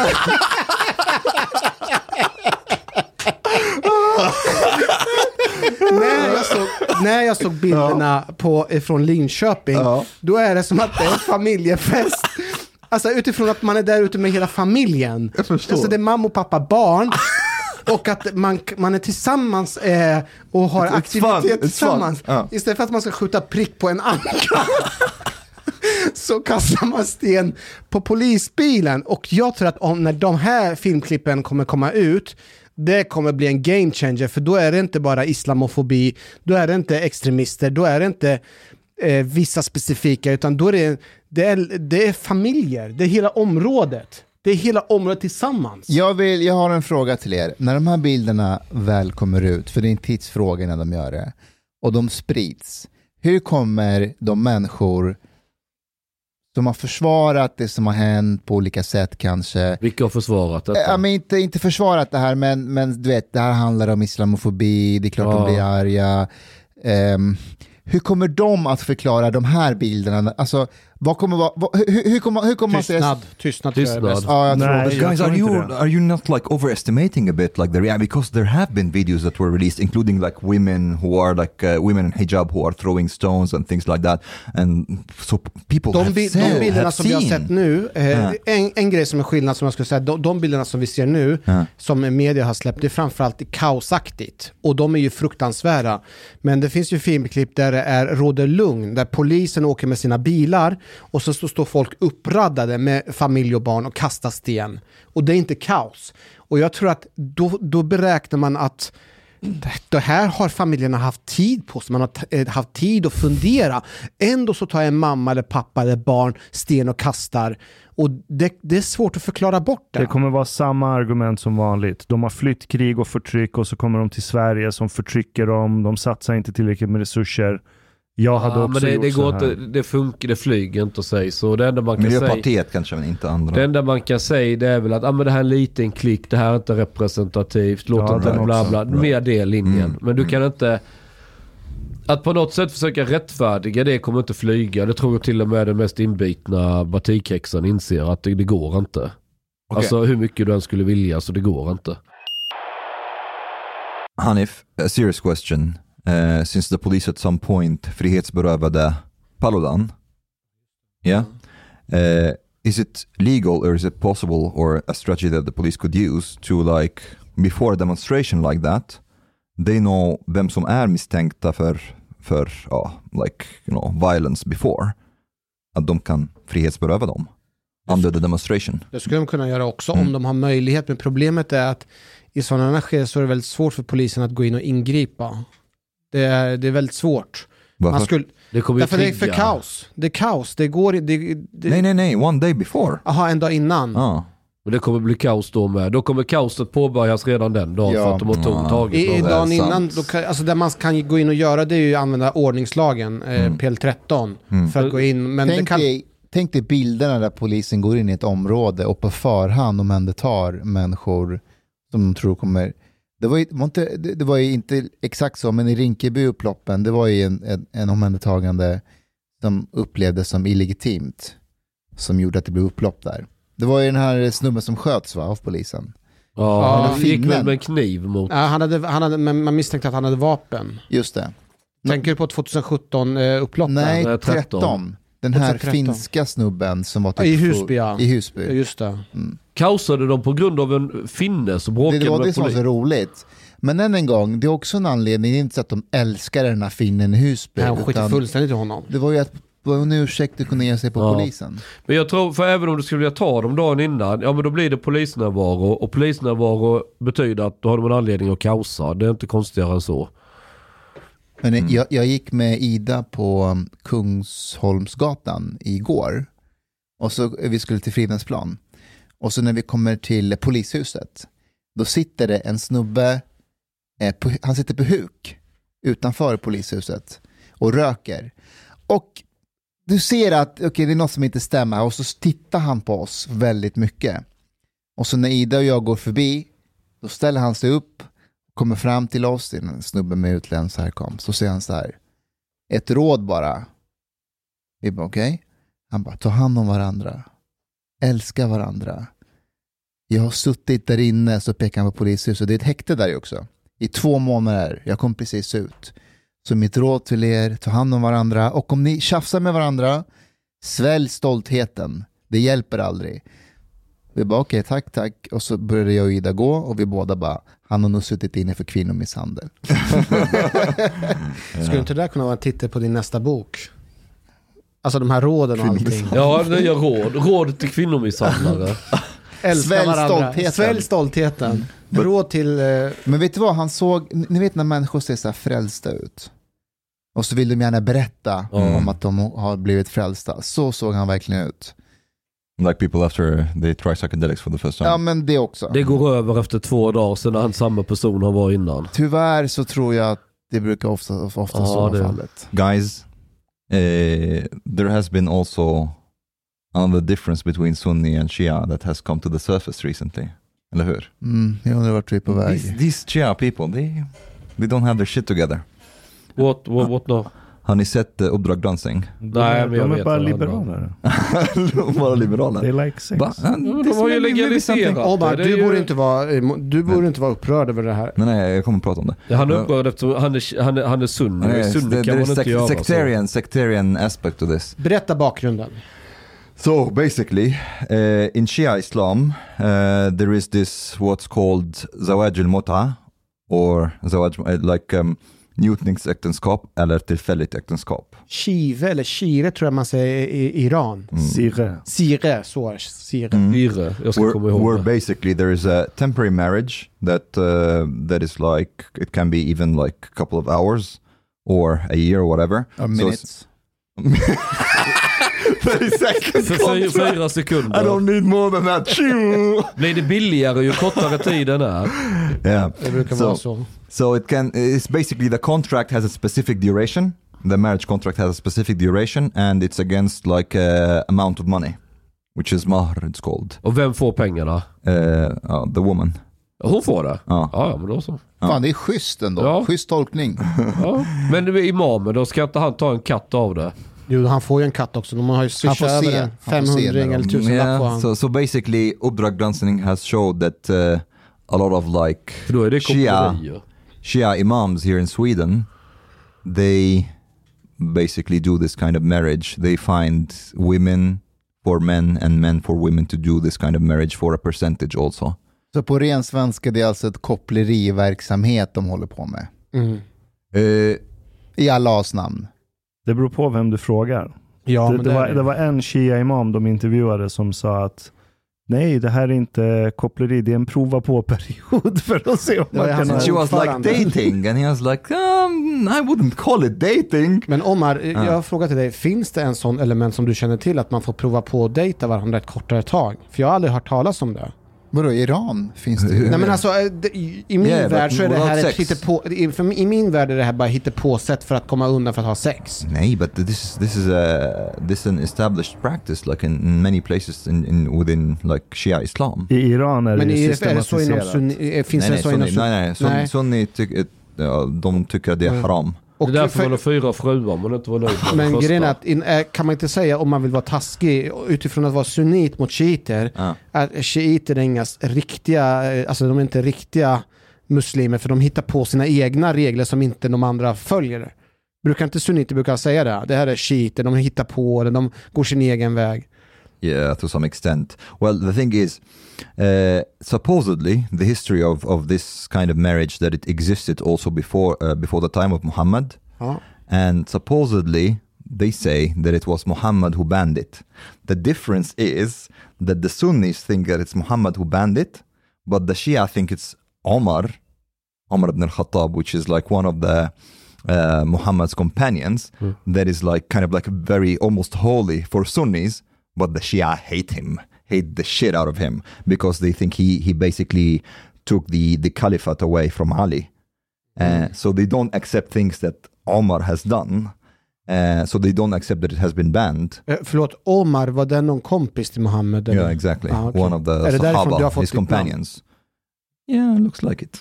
när, jag såg, när jag såg bilderna ja. på, från Linköping, ja. då är det som att det är en familjefest. Alltså utifrån att man är där ute med hela familjen. Alltså det är mamma och pappa, barn. Och att man, man är tillsammans eh, och har it's aktivitet fun. tillsammans. Ja. Istället för att man ska skjuta prick på en anka så kastar man sten på polisbilen. Och jag tror att om, när de här filmklippen kommer komma ut, det kommer bli en game changer. För då är det inte bara islamofobi, då är det inte extremister, då är det inte eh, vissa specifika, utan då är det, det, är, det är familjer, det är hela området. Det är hela området tillsammans. Jag, vill, jag har en fråga till er. När de här bilderna väl kommer ut, för det är en tidsfråga när de gör det, och de sprids, hur kommer de människor som har försvarat det som har hänt på olika sätt kanske... Vilka har försvarat detta? Ja, men inte, inte försvarat det här, men, men du vet, det här handlar om islamofobi, det är klart ja. de blir arga. Um, hur kommer de att förklara de här bilderna? Alltså, vad kommer vara, vad, hur, hur kommer, hur kommer tystnad, man säga... Tystnad. Tystnad. Ja, jag tror Nej, det. Guys, are you, are you not like overestimating a bit like the reaction? Because there have been videos that were released, including like women who are like uh, women in hijab who are throwing stones and things like that. And so people de, have bi- seen, de bilderna have som vi har sett nu, eh, yeah. en, en grej som är skillnad som jag skulle säga, de, de bilderna som vi ser nu, yeah. som media har släppt, det är framförallt kaosaktigt. Och de är ju fruktansvärda. Men det finns ju filmklipp där det är råder lugn, där polisen åker med sina bilar och så står folk uppradade med familj och barn och kastar sten. Och det är inte kaos. Och jag tror att då, då beräknar man att det här har familjerna haft tid på sig. Man har t- haft tid att fundera. Ändå så tar en mamma eller pappa eller barn sten och kastar. Och det, det är svårt att förklara bort det. Det kommer vara samma argument som vanligt. De har flytt krig och förtryck och så kommer de till Sverige som förtrycker dem. De satsar inte tillräckligt med resurser. Jag hade ja, också men det, gjort det, går så inte, det funkar, det flyger inte att säga. Så det enda man kan Miljöpartiet säga, kanske, men inte andra. Det enda man kan säga det är väl att ah, men det här är en liten klick, det här är inte representativt, låt ja, inte bla bla, right. mer det linjen. Mm. Men du kan inte, att på något sätt försöka rättfärdiga det kommer inte flyga. Det tror jag till och med den mest inbitna batikhäxan inser att det, det går inte. Okay. Alltså hur mycket du än skulle vilja, så det går inte. Hanif, a serious question. Uh, since the police at some point frihetsberövade Paludan, yeah, uh, is it legal or is it possible or a strategy that the police could use to, like, before a demonstration like that, they know vem som är misstänkta för, för uh, like, you know, violence before, att de kan frihetsberöva dem? under the demonstration. Det skulle de kunna göra också mm. om de har möjlighet. Men problemet är att i sådana skeden så är det väldigt svårt för polisen att gå in och ingripa. Det är, det är väldigt svårt. Man skulle, det kommer därför det är för kaos. Det är kaos. Det går det, det, Nej, nej, nej. One day before. Aha, en dag innan. Ah. Och det kommer bli kaos då med. Då kommer kaoset påbörjas redan den dagen ja. för att de har tog, tagit I, i dagen innan, då kan, alltså där man kan gå in och göra det är ju att använda ordningslagen, mm. eh, P L tretton, mm. för att gå in. Men tänk, det kan... dig, tänk dig bilderna där polisen går in i ett område och på förhand omhändertar människor som de tror kommer... Det var, ju, var inte, det var ju inte exakt så, men i Rinkeby-upploppen, det var ju en, en, en omhändertagande som upplevdes som illegitimt, som gjorde att det blev upplopp där. Det var ju den här snubben som sköts va, av polisen. Ja, han gick väl med en kniv mot... Ja, han hade, han hade, man misstänkte att han hade vapen. Just det. Tänker du på tjugohundrasjutton-upploppen? Nej, tretton. Den här finska snubben som var typ i Husby, ja. I Husby. Just det. Mm. Kaosade de på grund av en finne som bråkade med det var med det som var så roligt. Men än en gång, det är också en anledning. Det är inte så att de älskar den här finnen i Husby. Nej, hon skiter fullständigt i honom. Det var ju att det var en ursäkt att kunna ge sig på ja. polisen. Men jag tror, för även om du skulle vilja ta dem dagen innan, ja men då blir det polisnärvaro. Och polisnärvaro betyder att då har de en anledning att kaosa. Det är inte konstigare än så. Men mm. jag, jag gick med Ida på Kungsholmsgatan igår. Och så vi skulle till Fridhemsplan. Och så när vi kommer till polishuset, då sitter det en snubbe, eh, på, han sitter på huk utanför polishuset och röker. Och du ser att okay, det är något som inte stämmer och så tittar han på oss väldigt mycket. Och så när Ida och jag går förbi, då ställer han sig upp, kommer fram till oss, det är en snubbe med utländsk härkomst, så säger han så här, ett råd bara. Vi bara okej. Okay. Han bara, ta hand om varandra. Älska varandra. Jag har suttit där inne, så pekar han på polishuset. Det är ett häkte där också. I två månader. Jag kom precis ut. Så mitt råd till er, ta hand om varandra. Och om ni tjafsar med varandra, svälj stoltheten. Det hjälper aldrig. Vi bara okej, okay, tack, tack. Och så började jag och Ida gå. Och vi båda bara, han har nog suttit inne för kvinnomisshandel. Skulle inte det där kunna vara en titel på din nästa bok? Alltså de här råden och allting. Ja, nya råd. Råd till kvinnomisshandlare. Älska varandra. Stoltheten. Svälj stoltheten. Mm. Råd till... Uh... Men vet du vad, han såg... Ni vet när människor ser så här frälsta ut. Och så vill de gärna berätta mm. om att de har blivit frälsta. Så såg han verkligen ut. Like people after they try psychedelics for the first time. Ja, men det också. Det går över efter två dagar sedan han samma person han var innan. Tyvärr så tror jag att det brukar ofta, ofta ja, så vara fallet. Guys, uh, there has been also another difference between Sunni and Shia that has come to the surface recently. Eller hur? Mm, jag undrar vart vi är på väg. These, these Shia people, they, they don't have their shit together. What, what, what no? Har ni sett uh, Uppdrag granskning? Nej, men jag de vet är bara liberaler. De är bara liberaler. They like sex. Ba, ja, de har ju legaliserat. Omar, du, ju... borde inte vara, du borde nej. inte vara upprörd över det här. Nej, nej, jag kommer att prata om det. Ja, han är upprörd eftersom han är, han är, han är sunn. Nej, sunn det, kan man inte inte göra. Sectarian, sectarian aspect to this. Berätta bakgrunden. So basically, uh, in Shia Islam, uh, there is this what's called zawaj al-mut'a, or zawaj, uh, like um, njutningsäktenskap eller tillfälligt äktenskap. Shive eller shire tror jag man säger i Iran. Mm. Sire. Sire, så är sire. Mm. Sire, jag ska where, komma ihåg where det. Basically there is a temporary marriage that uh, that is like, it can be even like a couple of hours or a year or whatever. Or minutes. thirty seconds För fyra sekunder. I don't need more than that. Blir det billigare ju kortare tiden är? Yeah. Det brukar so, vara så. So it can, it's basically the contract has a specific duration. The marriage contract has a specific duration and it's against like a amount of money, which is mahr it's called. Och vem får pengarna? Uh, uh, the woman. Hon får det? Ja. Ja, men då så. Fan, det är schysst ändå. Ja. Schysst tolkning. Ja. Men imamen, då ska inte han ta en katt av det? Jo, han får ju en katt också. Man har ju swishat över det. femhundra eller tusen yeah, lapp. so, so basically, Uppdrag granskning has showed that uh, a lot of like då är det Shia, Shia imams here in Sweden, they basically do this kind of marriage. They find women for men and men for women to do this kind of marriage for a percentage also. Så på ren svenska, det är alltså ett koppleriverksamhet de håller på med. Mm. Uh, I Allahs namn. Det beror på vem du frågar. Ja, det, men det, det, var, är det var en shia-imam de intervjuade som sa att nej, det här är inte koppleri, det är en prova på-period för att se om Det var man hans kan... She was like Fortfarande. dating and he was like, um, I wouldn't call it dating. Men Omar, jag har frågat till dig, finns det en sån element som du känner till att man får prova på att dejta varandra ett kortare tag? För jag har aldrig hört talas om det. Vadå, i Iran finns det ju. Nej men alltså, det- i i min Yeah, värld but så är det här without ett sex. hittepå, i- för mig- i min värld är det här bara hittepå-sätt för att komma undan för att ha sex. Nej, but this is this is a this is an established practice like in, in many places in, in within like Shia Islam. I Iran är Men det är, är det så inom systematiserat. sunni, finns nej, det nej, så inom sunni, nej, nej, sunni, Nej. sunni tycker, ja, de tycker att det är Mm. haram. Och Det är därför för- man har fyra fruar, man inte var nöjd med Men den grejen är första. att in, eh, kan man inte säga om man vill vara taskig utifrån att vara sunnit mot shiiter, Ja. att shiiter är inga riktiga, eh, alltså de är inte riktiga muslimer för de hittar på sina egna regler som inte de andra följer. Brukar inte sunniter brukar säga det? Det här är shiiter, de hittar på det, de går sin egen väg. Yeah, to some extent. Well, the thing is, uh, supposedly, the history of, of this kind of marriage that it existed also before uh, before the time of Muhammad, Ja. and supposedly they say that it was Muhammad who banned it. The difference is that the Sunnis think that it's Muhammad who banned it, but the Shia think it's Omar, Omar ibn al-Khattab, which is like one of the uh, Muhammad's companions, that is like kind of like very almost holy for Sunnis, but the Shia hate him, hate the shit out of him, because they think he he basically took the, the caliphate away from Ali. Uh, so they don't accept things that Omar has done. Uh, so they don't accept that it has been banned. Eh, förlåt, Omar, var det någon kompis till Muhammed? eller? Yeah, exactly. Ah, okay. One of the Är det därifrån du har Sahaba, fått his ditt namn? companions. Yeah, looks like it.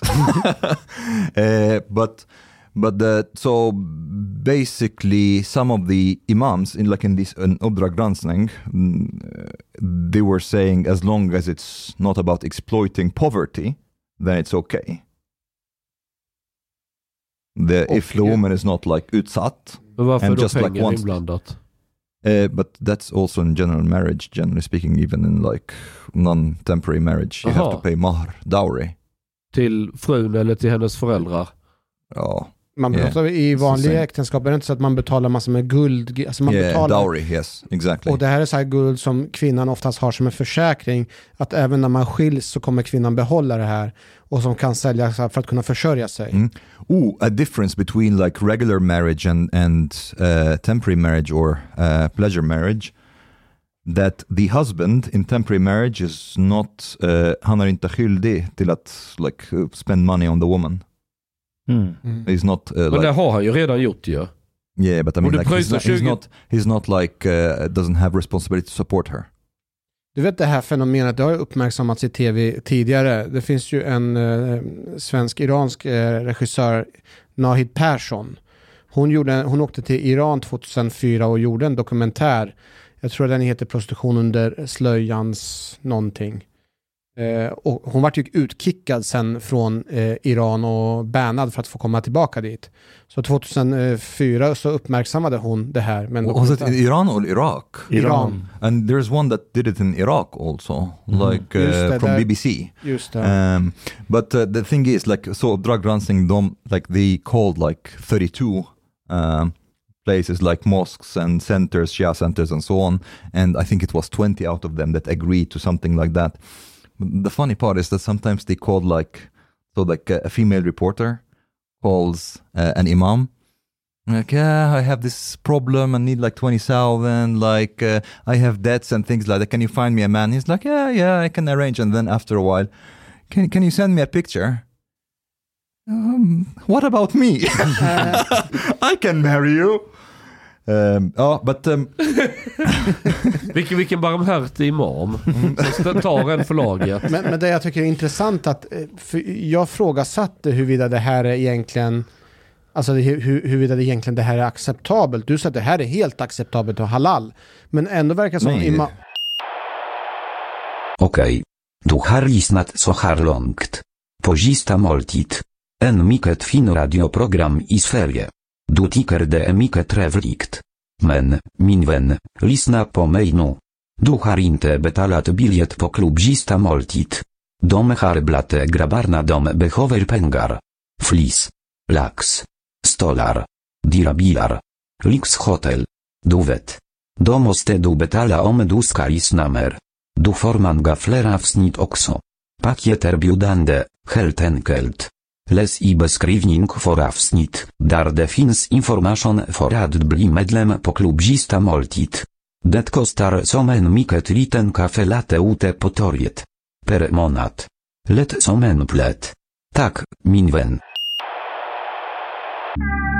uh, but but the, so basically, some of the imams in like in this in Udra Granskning, mm, uh, they were saying as long as it's not about exploiting poverty, then it's okay. The, if the Okay. woman is not like utsatt, Men varför är and då just like pengar once- inblandat? uh, but that's also in general marriage, generally speaking, even in like non-temporary marriage, you have Aha. to pay mahr, dowry. Till frun eller till hennes föräldrar? Ja, Man Yeah. pratar i It's the vanliga same. äktenskap är det inte så att man betalar massor med guld, alltså man yeah, betalar. dowry, yes, exactly. Och det här är så här guld som kvinnan oftast har som en försäkring, att även när man skiljs så kommer kvinnan behålla det här och som kan sälja så här för att kunna försörja sig. Mm. Ooh, a difference between like regular marriage and and uh, temporary marriage or uh, pleasure marriage. That the husband in temporary marriage is not, uh, han är inte skyldig till att like uh, spend money on the woman. Mm. Mm. He's not uh, Men like, det har han ju redan gjort ju. yeah, but I Och mean det like, he's, pröjsar not, he's tjugo not he's not like uh, doesn't have responsibility to support her. Du vet det här fenomenet, det har ju uppmärksammats i tv tidigare. Det finns ju en eh, svensk-iransk eh, regissör, Nahid Persson. Hon, gjorde, hon åkte till Iran tjugohundrafyra och gjorde en dokumentär. Jag tror den heter Prostitution under slöjans någonting. Eh, och hon var ju utkickad sen från eh, Iran och bannad för att få komma tillbaka dit. Så tjugohundrafyra så uppmärksammade hon det här. Men Was it in Iran or Iraq? Iran. And there's one that did it in Iraq also, like uh, Just that, from that- B B C. Just det. Um, but uh, the thing is, like, so drug Ransing, dom, like they called like thirty-two um, places, like mosques and centers, Shia centers, and so on. And I think it was twenty out of them that agreed to something like that. But the funny part is that sometimes they called like, so like a, a female reporter calls uh, an imam. Like, yeah, I have this problem. I need like twenty thousand. Like, uh, I have debts and things like that. Can you find me a man? He's like, yeah, yeah, I can arrange. And then after a while, can can you send me a picture? Um, what about me? I can marry you. Um, oh, but um, Vilken, vilken barmhärtig imam som tar en för laget. Men, men det jag tycker är intressant att eh, för jag frågasatte huruvida det här är egentligen alltså det, hur, huruvida det egentligen det här är acceptabelt. Du sa att det här är helt acceptabelt och halal. Men ändå verkar som Nej. ima- Okej. Du har lyssnat så här långt. På sista måltid. En mycket fin radioprogram i Sverige. Du tycker det är mycket trevligt. Men, min vän, lyssna på mig nu. Du har inte betalat biljett på klubb sista måltid. De har blate grabbarna de behöver pengar. Flis. Lax. Stolar. Dirabilar. Lyxhotel. Du vet. Do måste du betala om du ska lyssna mer. Du får många fler avsnitt också. Paket erbjudande, helt enkelt. Läs i beskrivning för avsnitt, där det finns information för att bli medlem på Klubb Sista Måltid. Det kostar som en mycket liten kaffe latte ute på torget. Per månad. Lätt som en plätt. Tack, min vän.